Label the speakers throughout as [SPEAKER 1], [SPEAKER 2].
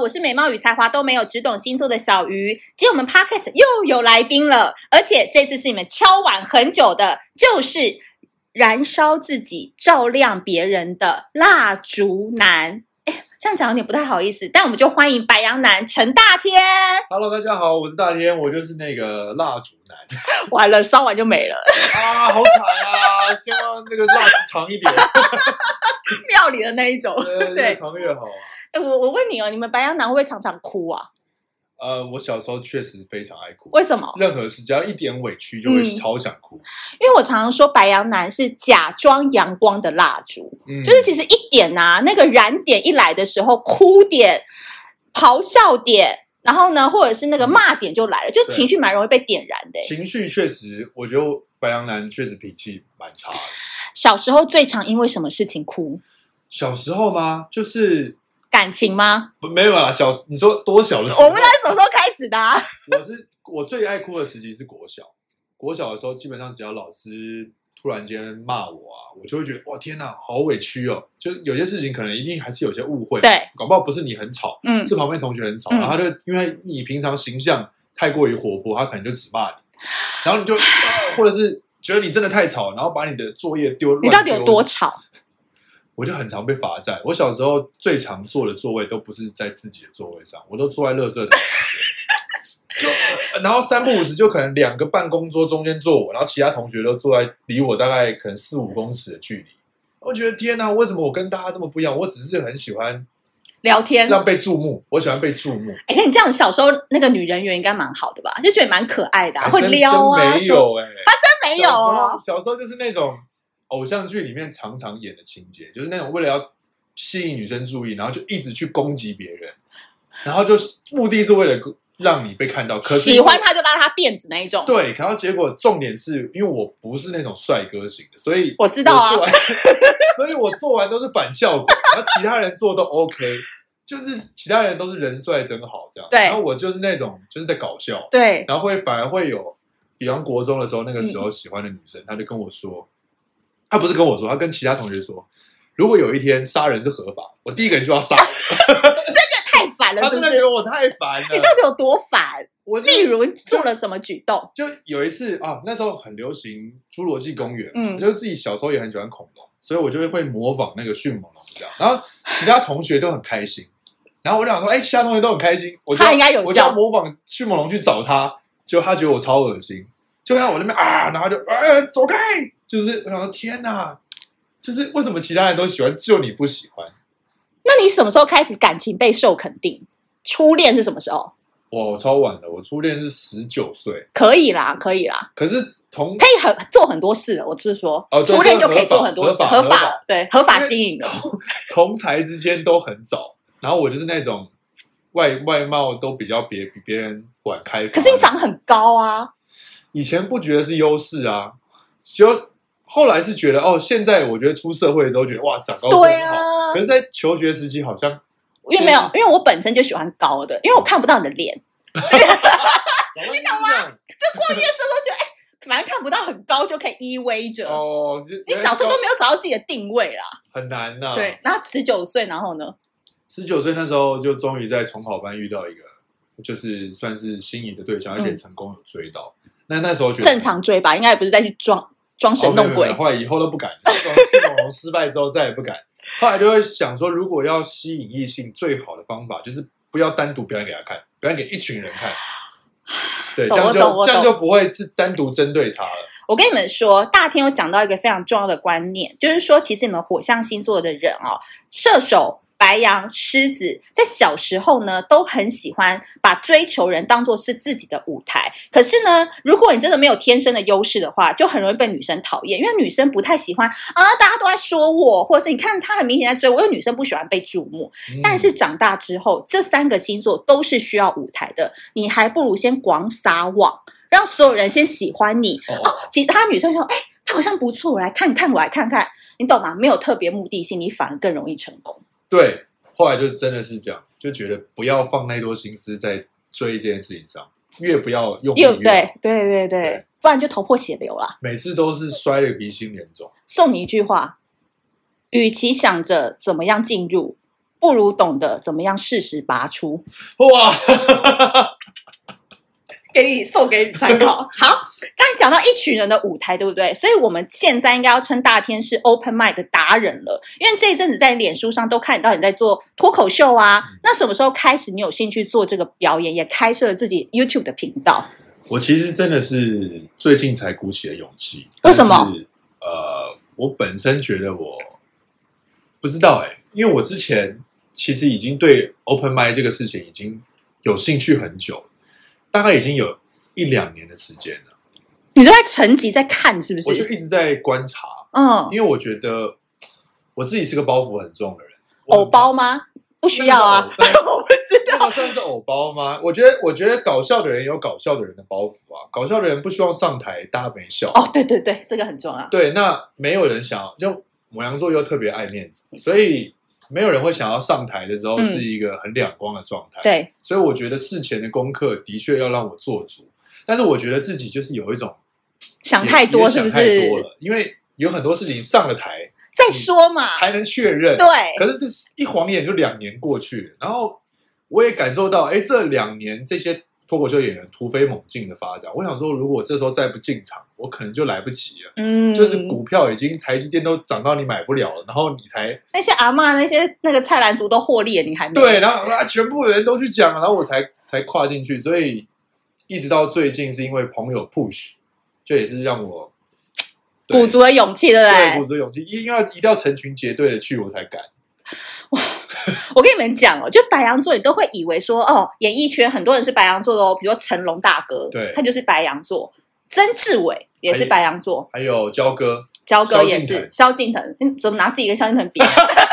[SPEAKER 1] 我是美貌与才华都没有，只懂星座的小鱼。今天我们 Podcast 又有来宾了，而且这次是你们敲碗很久的，就是燃烧自己、照亮别人的蜡烛男。这样讲有点不太好意思，但我们就欢迎白羊男陈大天。
[SPEAKER 2] Hello， 大家好，我是大天，我就是那个蜡烛男。
[SPEAKER 1] 完了，烧完就没了
[SPEAKER 2] 啊，好惨啊！希望这个蜡烛长一点，
[SPEAKER 1] 庙里的那一种，
[SPEAKER 2] 对，越长越好啊。
[SPEAKER 1] 我问你哦，你们白羊男会不会常常哭啊？
[SPEAKER 2] 我小时候确实非常爱哭。
[SPEAKER 1] 为什么？
[SPEAKER 2] 任何事只要一点委屈就会超想哭。
[SPEAKER 1] 因为我常常说白羊男是假装阳光的蜡烛，就是其实一点啊，那个燃点一来的时候，哭点、咆哮点，然后呢，或者是那个骂点就来了，就情绪蛮容易被点燃的。
[SPEAKER 2] 情绪确实，我觉得白羊男确实脾气蛮差的。
[SPEAKER 1] 小时候最常因为什么事情哭？
[SPEAKER 2] 小时候吗？就是
[SPEAKER 1] 感情吗？
[SPEAKER 2] 没有啦，你说多小的时候？
[SPEAKER 1] 我不知道什么时候开始的啊。
[SPEAKER 2] 我最爱哭的时期是国小。国小的时候，基本上只要老师突然间骂我啊，我就会觉得哇天哪，好委屈哦！就有些事情可能一定还是有些误会，
[SPEAKER 1] 对，
[SPEAKER 2] 搞不好不是你很吵，是旁边同学很吵，然后他就因为你平常形象太过于活泼，他可能就只骂你，然后你就或者是觉得你真的太吵，然后把你的作业丢。
[SPEAKER 1] 你到底有多吵？
[SPEAKER 2] 我就很常被罚站。我小时候最常坐的座位都不是在自己的座位上，我都坐在垃圾桶然后3不5时就可能2个办公桌中间坐我，然后其他同学都坐在离我大概可能4、5公尺的距离。我觉得天哪，为什么我跟大家这么不一样？我只是很喜欢
[SPEAKER 1] 聊天，
[SPEAKER 2] 让被注目。我喜欢被注目。
[SPEAKER 1] 你这样小时候那个女人缘应该蛮好的吧？就觉得蛮可爱的，会撩啊。
[SPEAKER 2] 真没有
[SPEAKER 1] 他真没有哦。
[SPEAKER 2] 小时候就是那种偶像剧里面常常演的情节，就是那种为了要吸引女生注意，然后就一直去攻击别人，然后就目的是为了让你被看到，可是
[SPEAKER 1] 喜欢他就拉他辫子那一种。
[SPEAKER 2] 对，然后结果重点是因为我不是那种帅哥型的，所以
[SPEAKER 1] 我知道啊，
[SPEAKER 2] 所以我做完都是反效果，然后其他人做都 OK， 就是其他人都是人帅真好这样。
[SPEAKER 1] 对，
[SPEAKER 2] 然后我就是那种就是在搞笑，
[SPEAKER 1] 对，
[SPEAKER 2] 然后反而会有，比方国中的时候，那个时候喜欢的女生，她就跟我说，她不是跟我说，她跟其他同学说，如果有一天杀人是合法，我第一个人就要杀
[SPEAKER 1] 太烦了，
[SPEAKER 2] 他真的觉得我太烦了。
[SPEAKER 1] 你到底有多烦？例如做了什么举动？
[SPEAKER 2] 就有一次啊，那时候很流行侏罗纪公园，就是自己小时候也很喜欢恐龙，所以我就会模仿那个迅猛龙这样。然后其他同学都很开心，然后我就想说，其他同学都很开心，
[SPEAKER 1] 他应该有效，
[SPEAKER 2] 我就要模仿迅猛龙去找他，结果他觉得我超恶心，就看我那边啊，然后就走开，就是我想说天哪，就是为什么其他人都喜欢，就你不喜欢？
[SPEAKER 1] 那你什么时候开始感情备受肯定？初恋是什么时候？
[SPEAKER 2] 我超晚的，我初恋是19岁。
[SPEAKER 1] 可以啦，可以啦。
[SPEAKER 2] 可是可
[SPEAKER 1] 以做很多事了，我就是说，初恋就可以做很多事，合法对，合法经营的。
[SPEAKER 2] 同才之间都很早，然后我就是那种外貌都比较比别人晚开发。
[SPEAKER 1] 可是你长很高啊，
[SPEAKER 2] 以前不觉得是优势啊，就后来是觉得现在我觉得出社会之后觉得哇，长高真好。
[SPEAKER 1] 对啊，
[SPEAKER 2] 可是，在求学时期好像。
[SPEAKER 1] 因为我本身就喜欢高的，因为我看不到你的脸，你懂吗？就过夜的时候觉得，反正看不到很高就可以依偎着。你小时候都没有找到自己的定位啦，
[SPEAKER 2] 很难呐。
[SPEAKER 1] 对，然后19岁，然后呢
[SPEAKER 2] ？19岁那时候就终于在重考班遇到一个，就是算是心仪的对象，而且成功有追到。那时候觉得
[SPEAKER 1] 正常追吧，应该也不是再去装神弄鬼。
[SPEAKER 2] 后来以后都不敢，迅猛龙失败之后再也不敢。后来就会想说，如果要吸引异性，最好的方法就是不要单独表演给他看，表演给一群人看。对，这样就不会是单独针对他了。
[SPEAKER 1] 我跟你们说，大天有讲到一个非常重要的观念，就是说，其实你们火象星座的人射手、白羊、狮子，在小时候呢，都很喜欢把追求人当作是自己的舞台。可是呢，如果你真的没有天生的优势的话，就很容易被女生讨厌，因为女生不太喜欢大家都在说我，或者是你看他很明显在追我，因为女生不喜欢被注目。但是长大之后，这3个星座都是需要舞台的，你还不如先广撒网，让所有人先喜欢你。其他女生说，他好像不错，我来看看，你懂吗？没有特别目的性，你反而更容易成功。
[SPEAKER 2] 对，后来就真的是这样，就觉得不要放太多心思在追这件事情上，越不要用力越好。
[SPEAKER 1] 对，不然就头破血流啦。
[SPEAKER 2] 每次都是摔得鼻青脸肿。
[SPEAKER 1] 送你一句话：与其想着怎么样进入， 不如懂得怎么样适时拔出。
[SPEAKER 2] 哇，
[SPEAKER 1] 送给你参考。好，刚才讲到一群人的舞台，对不对？所以我们现在应该要称大天是 open mic 的达人了，因为这一阵子在脸书上都看到你在做脱口秀啊。那什么时候开始你有兴趣做这个表演，也开设了自己 YouTube 的频道？
[SPEAKER 2] 我其实真的是最近才鼓起了勇气。
[SPEAKER 1] 为什么？
[SPEAKER 2] 我本身觉得我不知道因为我之前其实已经对 open mic 这个事情已经有兴趣很久了，大概已经有1-2年的时间了。
[SPEAKER 1] 你都在沉寂在看是不是？
[SPEAKER 2] 我就一直在观察，因为我觉得我自己是个包袱很重的人。
[SPEAKER 1] 偶包吗？不需要啊，我不知道。
[SPEAKER 2] 那个算是偶包吗？我觉得搞笑的人有搞笑的人的包袱啊，搞笑的人不希望上台大家没笑。
[SPEAKER 1] 哦，对对对，这个很重要。
[SPEAKER 2] 对，那没有人想要，就牡羊座又特别爱面子，所以没有人会想要上台的时候是一个很两光的状态。
[SPEAKER 1] 对，
[SPEAKER 2] 所以我觉得事前的功课的确要让我做足，但是我觉得自己就是有一种
[SPEAKER 1] 想太多，是不是？
[SPEAKER 2] 想太多了，因为有很多事情上了台
[SPEAKER 1] 再说嘛，
[SPEAKER 2] 才能确认。
[SPEAKER 1] 对，
[SPEAKER 2] 可是这一晃眼就2年过去了，然后我也感受到，这2年这些脱口秀演员突飞猛进的发展。我想说，如果这时候再不进场，我可能就来不及了。就是股票已经台积电都涨到你买不了了，然后你才
[SPEAKER 1] 那些阿嬷那个菜篮族都获利了，你还没
[SPEAKER 2] 对，然后全部人都去讲，然后我才跨进去。所以一直到最近，是因为朋友 push， 这也是让我
[SPEAKER 1] 鼓足了勇气，对不对？
[SPEAKER 2] 对，鼓足勇气，一定要成群结队的去，我才敢。
[SPEAKER 1] 哇！我跟你们讲就白羊座，你都会以为说演艺圈很多人是白羊座的比如说成龙大哥，
[SPEAKER 2] 对，
[SPEAKER 1] 他就是白羊座，曾志伟也是白羊座，
[SPEAKER 2] 还有焦哥
[SPEAKER 1] 也是，萧敬腾，怎么拿自己跟萧敬腾比？我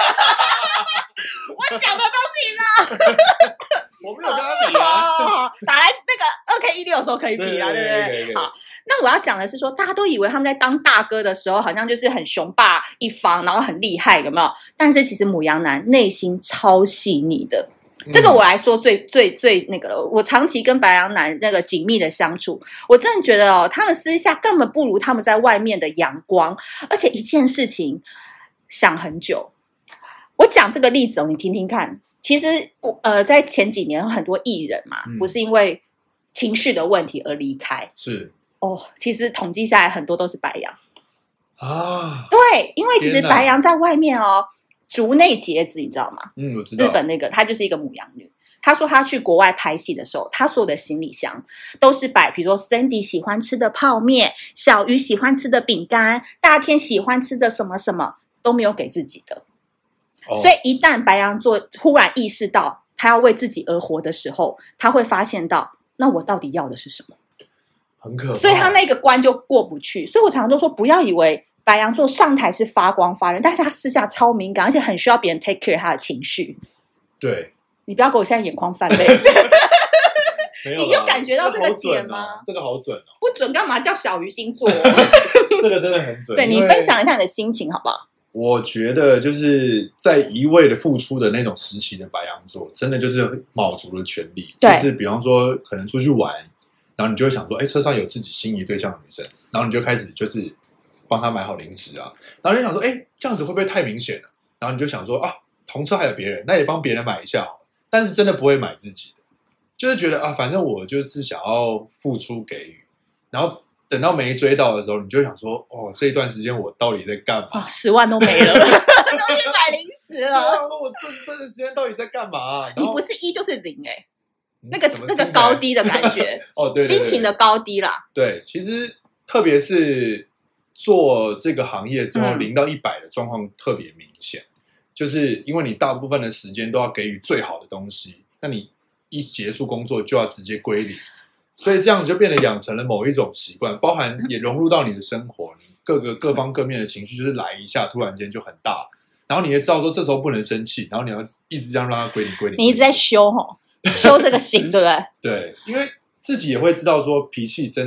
[SPEAKER 1] 讲的都是你的。
[SPEAKER 2] 我没有跟他比啊，
[SPEAKER 1] 打来那个2K16的时候可以比啦，对不对？好，那我要讲的是说，大家都以为他们在当大哥的时候，好像就是很雄霸一方，然后很厉害，有没有？但是其实牡羊男内心超细腻的。这个我来说最那个了。我长期跟白羊男那个紧密的相处，我真的觉得他们私下根本不如他们在外面的阳光，而且一件事情想很久。我讲这个例子你听听看。其实在前几年很多艺人嘛，不是因为情绪的问题而离开，
[SPEAKER 2] 是
[SPEAKER 1] 其实统计下来很多都是白羊
[SPEAKER 2] 啊。
[SPEAKER 1] 对，因为其实白羊在外面竹内结子你知道吗？
[SPEAKER 2] 我知道。
[SPEAKER 1] 日本那个她就是一个牡羊女，她说她去国外拍戏的时候，她所有的行李箱都是摆比如说 Sandy 喜欢吃的泡面，小鱼喜欢吃的饼干，大天喜欢吃的什么什么都没有给自己的。所以一旦白羊座忽然意识到他要为自己而活的时候，他会发现到那我到底要的是什么，
[SPEAKER 2] 很可怕。
[SPEAKER 1] 所以他那个关就过不去。所以我常常都说，不要以为白羊座上台是发光发热，但是他私下超敏感，而且很需要别人 take care 他的情绪。
[SPEAKER 2] 对，你
[SPEAKER 1] 不要给我现在眼眶泛泪你有感觉到这个点吗？
[SPEAKER 2] 这个好准
[SPEAKER 1] 不准干嘛叫小鱼星座
[SPEAKER 2] 这个真的很准。
[SPEAKER 1] 对，你分享一下你的心情好不好？
[SPEAKER 2] 我觉得就是在一味的付出的那种时期的白羊座，真的就是卯足了全力。就是比方说可能出去玩，然后你就会想说车上有自己心仪对象的女生，然后你就开始就是帮她买好零食啊，然后就想说这样子会不会太明显了？然后你就想说同车还有别人，那也帮别人买一下好了。但是真的不会买自己的，就是觉得反正我就是想要付出给予，然后等到没追到的时候，你就会想说这一段时间我到底在干嘛
[SPEAKER 1] ？10万都没了都去买零食了。
[SPEAKER 2] 我这段时间到底在干嘛？
[SPEAKER 1] 你不是1就是0那个高低的感觉
[SPEAKER 2] 对，
[SPEAKER 1] 心情的高低啦。
[SPEAKER 2] 对，其实特别是做这个行业之后，0到100的状况特别明显，就是因为你大部分的时间都要给予最好的东西，那你一结束工作就要直接归零。所以这样就变得养成了某一种习惯，包含也融入到你的生活，你各方各面的情绪就是来一下，突然间就很大，然后你也知道说这时候不能生气，然后你要一直这样让它归零。
[SPEAKER 1] 你一直在修这个型，对不对？
[SPEAKER 2] 对，因为自己也会知道说脾气真的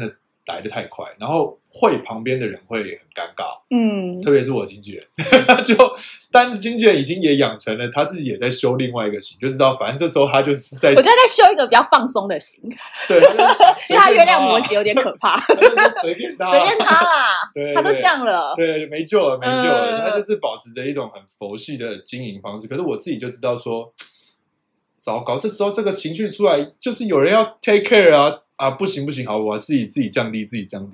[SPEAKER 2] 来得太快，然后旁边的人会很尴尬，特别是我经纪人，但是经纪人已经也养成了他自己也在修另外一个型，就知道反正这时候他就是在，
[SPEAKER 1] 我就在修一个比较放松的型，
[SPEAKER 2] 对，
[SPEAKER 1] 因为他月亮摩羯有点可怕，
[SPEAKER 2] 他就是随便他
[SPEAKER 1] 啦，
[SPEAKER 2] 对，
[SPEAKER 1] 他都这样了，
[SPEAKER 2] 对，没救了，他就是保持着一种很佛系的经营方式，可是我自己就知道说，糟糕，这时候这个情绪出来，就是有人要 take care 啊，不行，好，我自己降低，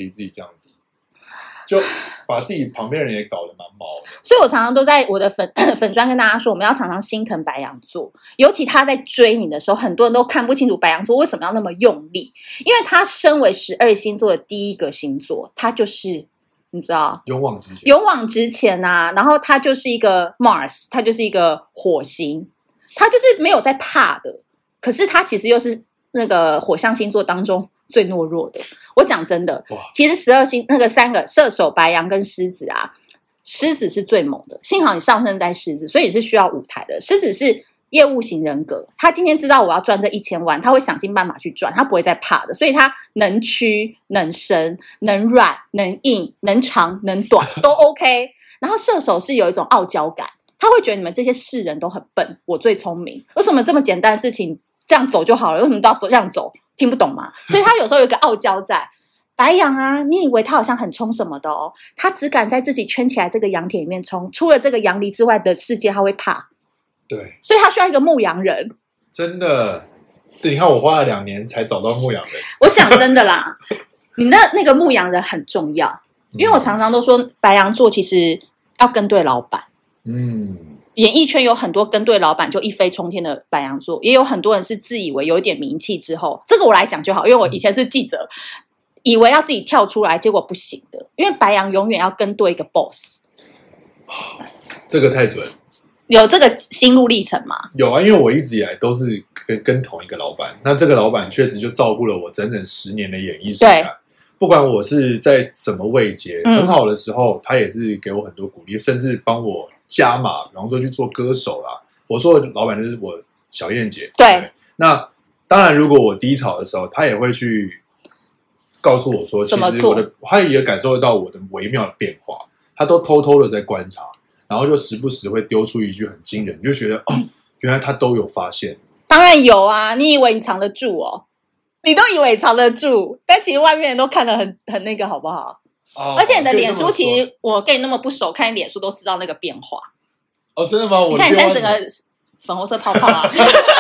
[SPEAKER 2] 就把自己旁边人也搞得蛮毛的。
[SPEAKER 1] 所以我常常都在我的粉专跟大家说，我们要常常心疼白羊座，尤其他在追你的时候，很多人都看不清楚白羊座为什么要那么用力，因为他身为12星座的第一个星座，他就是你知道
[SPEAKER 2] 勇往直前
[SPEAKER 1] 啊，然后他就是一个 Mars， 他就是一个火星，他就是没有在怕的，可是他其实又是那个火象星座当中最懦弱的。我讲真的，其实12星那个3个射手、白羊跟狮子啊，狮子是最猛的，幸好你上升在狮子，所以你是需要舞台的。狮子是业务型人格，他今天知道我要赚这1000万，他会想尽办法去赚，他不会再怕的，所以他能屈能伸能软能硬能长能短都 OK。 然后射手是有一种傲娇感，他会觉得你们这些世人都很笨，我最聪明，为什么这么简单的事情这样走就好了，为什么都要这样走，听不懂吗？所以他有时候有一个傲娇在。白羊啊，你以为他好像很冲什么的哦，他只敢在自己圈起来这个羊田里面冲，除了这个羊犁之外的世界他会怕。
[SPEAKER 2] 对，
[SPEAKER 1] 所以他需要一个牧羊人。
[SPEAKER 2] 真的，对，你看我花了2年才找到牧羊人。
[SPEAKER 1] 我讲真的啦，你那个牧羊人很重要，因为我常常都说白羊座其实要跟对老板。演艺圈有很多跟对老板就一飞冲天的白羊座，也有很多人是自以为有一点名气之后，这个我来讲就好，因为我以前是记者，以为要自己跳出来，结果不行的，因为白羊永远要跟对一个 boss。
[SPEAKER 2] 这个太准。
[SPEAKER 1] 有这个心路历程吗？
[SPEAKER 2] 有啊，因为我一直以来都是跟同一个老板，那这个老板确实就照顾了我整整10年的演艺生涯。不管我是在什么位阶，很好的时候，他也是给我很多鼓励，甚至帮我加码，比方说去做歌手啦。我说的老板就是我小燕姐。对，那当然，如果我低潮的时候，他也会去告诉我说，其实他也感受得到我的微妙的变化，他都偷偷的在观察，然后就时不时会丢出一句很惊人，你就觉得哦，原来他都有发现。
[SPEAKER 1] 当然有啊，你以为你藏得住哦？你都以为藏得住，但其实外面人都看得很那个，好不好？而且你的脸书，其实我跟你那么不熟，看你脸书都知道那个变化。
[SPEAKER 2] 哦，真的吗？
[SPEAKER 1] 你看你现在整个粉红色泡泡啊。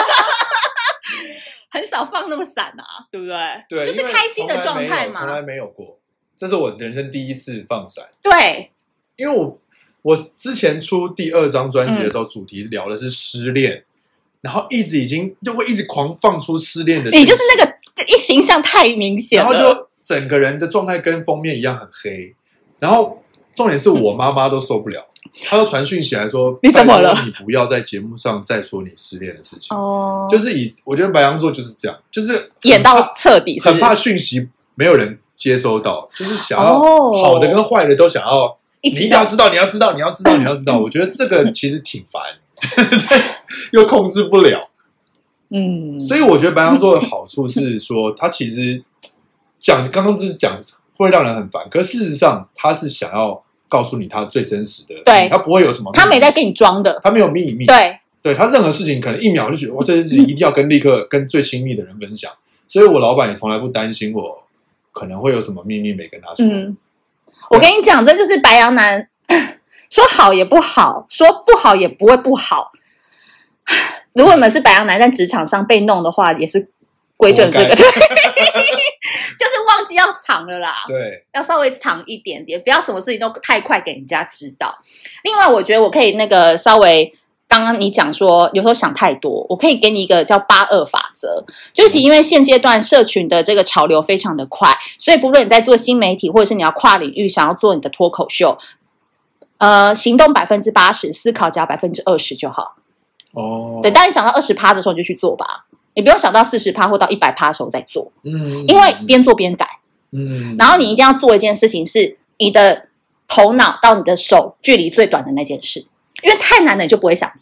[SPEAKER 1] 很少放那么闪啊，对不对？
[SPEAKER 2] 对，
[SPEAKER 1] 就是开心的状态嘛。
[SPEAKER 2] 从来没有过，这是我人生第一次放闪。
[SPEAKER 1] 对，
[SPEAKER 2] 因为我之前出第2张专辑的时候，主题聊的是失恋，然后一直狂放出失恋的。你
[SPEAKER 1] 就是那个形象太明显了，
[SPEAKER 2] 然后就整个人的状态跟封面一样很黑，然后重点是我妈妈都受不了。他都传讯息来说：“
[SPEAKER 1] 你怎么了？
[SPEAKER 2] 你不要在节目上再说你失恋的事情。”就是我觉得白羊座就是这样，就是
[SPEAKER 1] 演到彻底，
[SPEAKER 2] 很怕讯息没有人接收到，就是想要好的跟坏的都想要，你一定要知道，你要知道。我觉得这个其实挺烦，又控制不了。所以我觉得白羊座的好处是说，他其实刚刚就是讲会让人很烦，可是事实上他是想要告诉你他最真实的，
[SPEAKER 1] 对，
[SPEAKER 2] 他不会有什么，
[SPEAKER 1] 他没在跟你装的，
[SPEAKER 2] 他没有秘密，对他任何事情可能1秒就觉得这件事情一定要立刻跟最亲密的人分享，所以我老板也从来不担心我可能会有什么秘密没跟他说。
[SPEAKER 1] 我跟你讲，这就是白羊男，说好也不好，说不好也不会不好。如果你们是白羊男在职场上被弄的话，也是归咎这个。就是忘记要藏了啦，
[SPEAKER 2] 对，
[SPEAKER 1] 要稍微藏一点点，不要什么事情都太快给人家知道。另外，我觉得我可以那个稍微，刚刚你讲说有时候想太多，我可以给你一个叫82法则，就是因为现阶段社群的这个潮流非常的快，所以不论你在做新媒体，或者是你要跨领域想要做你的脱口秀，行动80%，思考加20%就好。对，当你想到20%的时候，你就去做吧。你不用想到40%或到100%的时候再做，因为边做边改，然后你一定要做一件事情，是你的头脑到你的手距离最短的那件事，因为太难了你就不会想做了。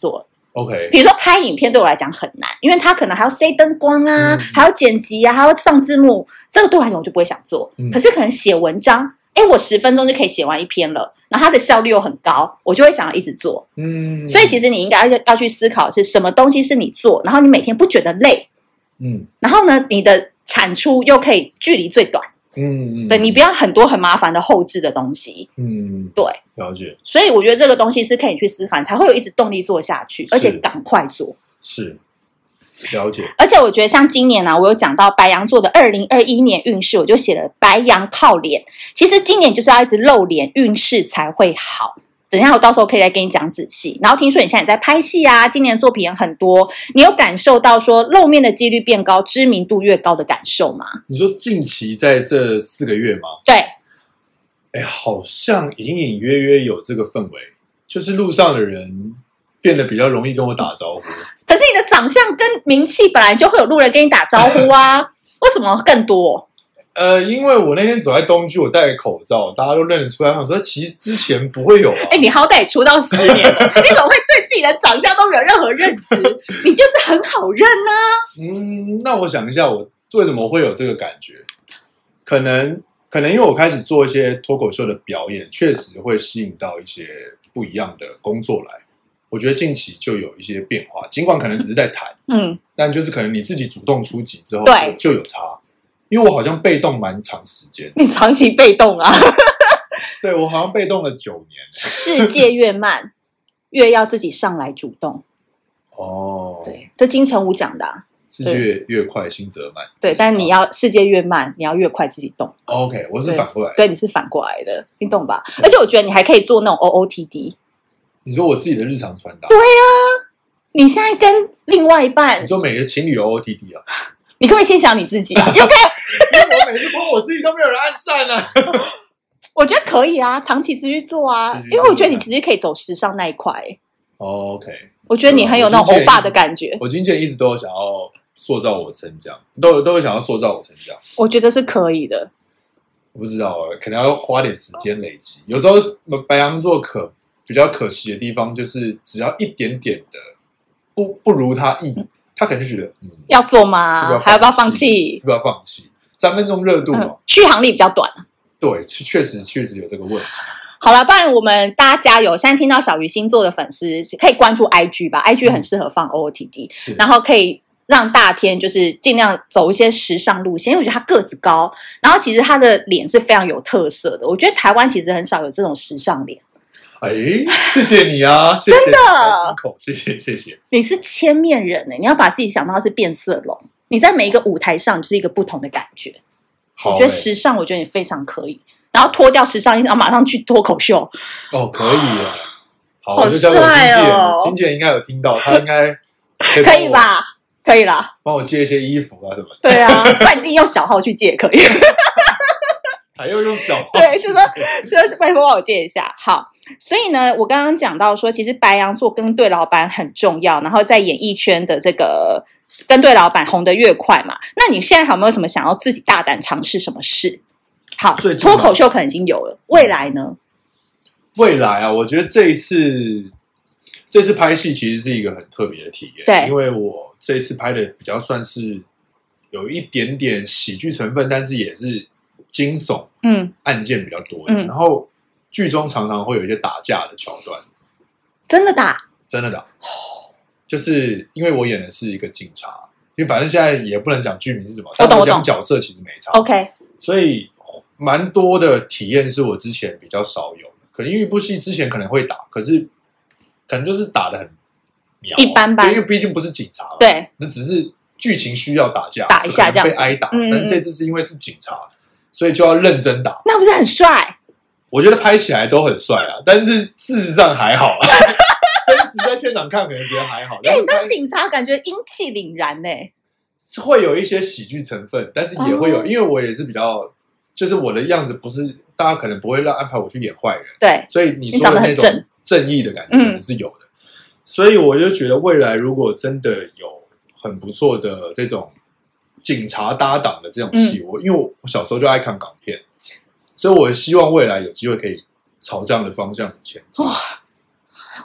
[SPEAKER 2] OK，
[SPEAKER 1] 比如说拍影片对我来讲很难，因为它可能还要塞灯光啊，还要剪辑啊，还要上字幕，这个对我来讲我就不会想做。可是可能写文章，我10分钟就可以写完一篇了，然后它的效率又很高，我就会想要一直做。所以其实你应该要去思考是什么东西是你做，然后你每天不觉得累，然后呢，你的产出又可以距离最短。对，你不要很多很麻烦的后置的东西。对，
[SPEAKER 2] 了解。
[SPEAKER 1] 所以我觉得这个东西是可以去思考，你才会有一直动力做下去，而且赶快做。
[SPEAKER 2] 是，了解。
[SPEAKER 1] 而且我觉得像今年我有讲到白羊座的2021年运势，我就写了白羊靠脸。其实今年就是要一直露脸，运势才会好。等一下我到时候可以再跟你讲仔细。然后听说你现在也在拍戏啊，今年作品也很多，你有感受到说露面的几率变高，知名度越高的感受吗？
[SPEAKER 2] 你说近期在这4个月吗？
[SPEAKER 1] 对，
[SPEAKER 2] 好像隐隐约约有这个氛围，就是路上的人变得比较容易跟我打招呼。
[SPEAKER 1] 可是你的长相跟名气本来就会有路人跟你打招呼啊，为什么更多？
[SPEAKER 2] 因为我那天走在东区，我戴个口罩，大家都认得出来。我说其实之前不会有啊。
[SPEAKER 1] 你好歹出道10年了，你怎么会对自己的长相都没有任何认知？你就是很好认啊。
[SPEAKER 2] 那我想一下，我为什么会有这个感觉？可能因为我开始做一些脱口秀的表演，确实会吸引到一些不一样的工作来。我觉得近期就有一些变化，尽管可能只是在谈，但就是可能你自己主动出击之后，
[SPEAKER 1] 对，
[SPEAKER 2] 就有差。因为我好像被动蛮长时间，
[SPEAKER 1] 你长期被动啊？
[SPEAKER 2] 对，我好像被动了9年。
[SPEAKER 1] 世界越慢，越要自己上来主动。对，这金城武讲的啊。
[SPEAKER 2] 世界越快，心则慢。
[SPEAKER 1] 对，但你要世界越慢，你要越快自己动。
[SPEAKER 2] OK， 我是反过来。
[SPEAKER 1] 对，你是反过来的，你懂吧？而且我觉得你还可以做那种 OOTD。
[SPEAKER 2] 你说我自己的日常穿搭？
[SPEAKER 1] 对啊，你现在跟另外一半，
[SPEAKER 2] 你说每个情侣 OOTD 啊？
[SPEAKER 1] 你可不可以先想你自己？因为
[SPEAKER 2] 我每次播我自己都没有人按赞啊。
[SPEAKER 1] 我觉得可以啊，长期持续做啊，因为我觉得你其实可以走时尚那一块。
[SPEAKER 2] OK，
[SPEAKER 1] 我觉得你很有那种欧巴的感觉。
[SPEAKER 2] 我经纪人一直都有想要塑造我成这样，都有想要塑造我成这样。
[SPEAKER 1] 我觉得是可以的。
[SPEAKER 2] 我不知道可能要花点时间累积。有时候白羊座比较可惜的地方，就是只要一点点的不如他意。他可能就觉得，
[SPEAKER 1] 要做吗？还要不要放弃？
[SPEAKER 2] 是不是要放弃？3分钟热度嘛，
[SPEAKER 1] 续航力比较短。
[SPEAKER 2] 对，确实有这个问题。
[SPEAKER 1] 好了，不然我们大家加油！现在听到小鱼星座的粉丝可以关注 IG 吧，IG 很适合放 OOTD，然后可以让大天就是尽量走一些时尚路线，因为我觉得他个子高，然后其实他的脸是非常有特色的。我觉得台湾其实很少有这种时尚脸。
[SPEAKER 2] 谢谢你啊！
[SPEAKER 1] 真的，
[SPEAKER 2] 谢谢。
[SPEAKER 1] 你是千面人你要把自己想到是变色龙，你在每一个舞台上就是一个不同的感觉。我觉得时尚，我觉得你非常可以。然后脱掉时尚衣，然后马上去脱口秀。
[SPEAKER 2] 可以啊！
[SPEAKER 1] 好帅哦！
[SPEAKER 2] 经纪人应该有听到，他应该
[SPEAKER 1] 可以吧？可以啦，
[SPEAKER 2] 帮我借一些衣服啊什么的。
[SPEAKER 1] 对啊，不然自己用小号去借也可以。
[SPEAKER 2] 还要用小号？
[SPEAKER 1] 对，就说拜托帮我借一下。好，所以呢，我刚刚讲到说，其实白羊座跟对老板很重要，然后在演艺圈的这个跟对老板红得越快嘛。那你现在有没有什么想要自己大胆尝试什么事？好，脱口秀可能已经有了，未来呢？
[SPEAKER 2] 未来啊，我觉得这次拍戏其实是一个很特别的体验。
[SPEAKER 1] 对，
[SPEAKER 2] 因为我这一次拍的比较算是有一点点喜剧成分，但是也是惊悚案件比较多的。然后剧中常常会有一些打架的桥段。
[SPEAKER 1] 真的打？
[SPEAKER 2] 真的打。就是因为我演的是一个警察，因为反正现在也不能讲剧名是什么，但我讲角色其实没差。
[SPEAKER 1] OK，
[SPEAKER 2] 所以蛮多的体验是我之前比较少有的。可能因为一部戏之前可能会打，可是可能就是打得很秒，
[SPEAKER 1] 一般般，
[SPEAKER 2] 因为毕竟不是警察嘛。
[SPEAKER 1] 对，
[SPEAKER 2] 那只是剧情需要打架，
[SPEAKER 1] 打一下这样子，
[SPEAKER 2] 被挨打。但是这次是因为是警察，所以就要认真打。
[SPEAKER 1] 那不是很帅？
[SPEAKER 2] 我觉得拍起来都很帅啊，但是事实上还好啊。真实在现场看可能觉得还好。
[SPEAKER 1] 你当警察感觉英气凛然
[SPEAKER 2] 会有一些喜剧成分，但是也会有，因为我也是比较，就是我的样子不是大家可能不会安排我去演坏人，
[SPEAKER 1] 对，
[SPEAKER 2] 所以你说的那种正义的感觉可能是有的。所以我就觉得未来如果真的有很不错的这种警察搭档的这种戏，因为我小时候就爱看港片，所以我希望未来有机会可以朝这样的方向前进。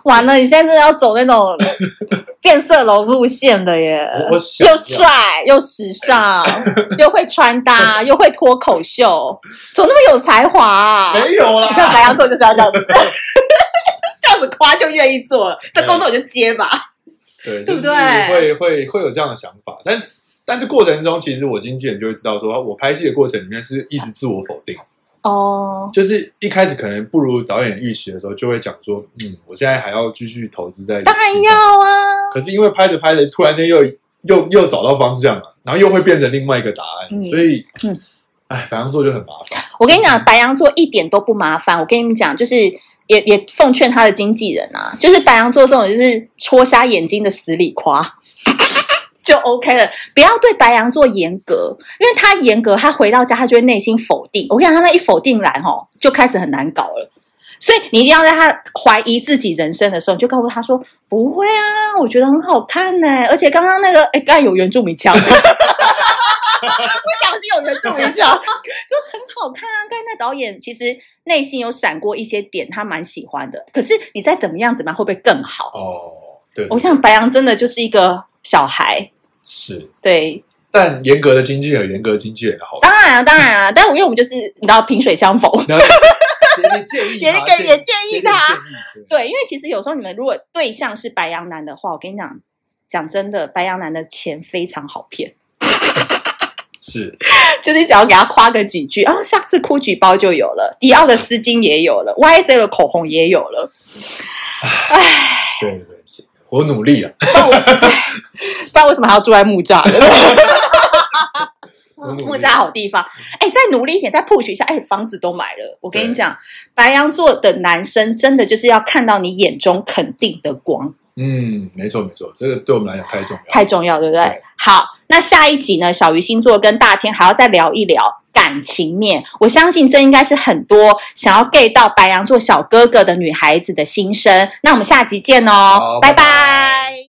[SPEAKER 1] 完了，你现在真的要走那种变色龙路线了耶！
[SPEAKER 2] 我想
[SPEAKER 1] 又帅又时尚，又会穿搭，又会脱口秀，怎么那么有才华啊？
[SPEAKER 2] 没有啦，
[SPEAKER 1] 你看白羊座就是要这样子，这样子夸就愿意做了，这工作我就接吧。
[SPEAKER 2] 对，
[SPEAKER 1] 对不对？
[SPEAKER 2] 会有这样的想法，但是过程中，其实我经纪人就会知道说，我拍戏的过程里面是一直自我否定。
[SPEAKER 1] 哦，
[SPEAKER 2] 就是一开始可能不如导演预期的时候，就会讲说，我现在还要继续投资在演戏上，
[SPEAKER 1] 当然要啊。
[SPEAKER 2] 可是因为拍着拍着，突然间又找到方向了，然后又会变成另外一个答案，所以，白羊座就很麻烦。
[SPEAKER 1] 我跟你讲，白羊座一点都不麻烦。我跟你们讲，就是也奉劝他的经纪人啊，就是白羊座这种就是戳瞎眼睛的死里夸。就 OK 了，不要对白羊座严格，因为他严格，他回到家他就会内心否定。我跟你讲，他那一否定来就开始很难搞了。所以你一定要在他怀疑自己人生的时候，你就告诉他说：“不会啊，我觉得很好看呢、而且刚刚那个，刚才有原住民腔，不小心有原住民腔，说很好看啊。刚才那导演其实内心有闪过一些点，他蛮喜欢的。可是你再怎么样会不会更好？
[SPEAKER 2] 哦，对，
[SPEAKER 1] 我想白羊真的就是一个小孩。”
[SPEAKER 2] 是，
[SPEAKER 1] 对，
[SPEAKER 2] 但严格的经纪人有严格经纪人的好处，
[SPEAKER 1] 当然啊，但因为我们就是你知道萍水相逢，也建议他，对，因为其实有时候你们如果对象是白羊男的话，我跟你讲真的，白羊男的钱非常好骗，
[SPEAKER 2] 是，
[SPEAKER 1] 就是你只要给他夸个几句，下次 GUCCI 包就有了，迪奥的丝巾也有了 ，YSL 的口红也有了，
[SPEAKER 2] 对。我努力啊，
[SPEAKER 1] 不然为什么还要住在木栅？木栅好地方，再努力一点，再 push 一下，房子都买了。我跟你讲，白羊座的男生真的就是要看到你眼中肯定的光。
[SPEAKER 2] 没错，这个对我们来讲
[SPEAKER 1] 太重要，对不对？
[SPEAKER 2] 对，
[SPEAKER 1] 好，那下一集呢，小鱼星座跟大天还要再聊一聊感情面，我相信这应该是很多想要 get 到白羊座小哥哥的女孩子的心声。那我们下集见哦，拜拜。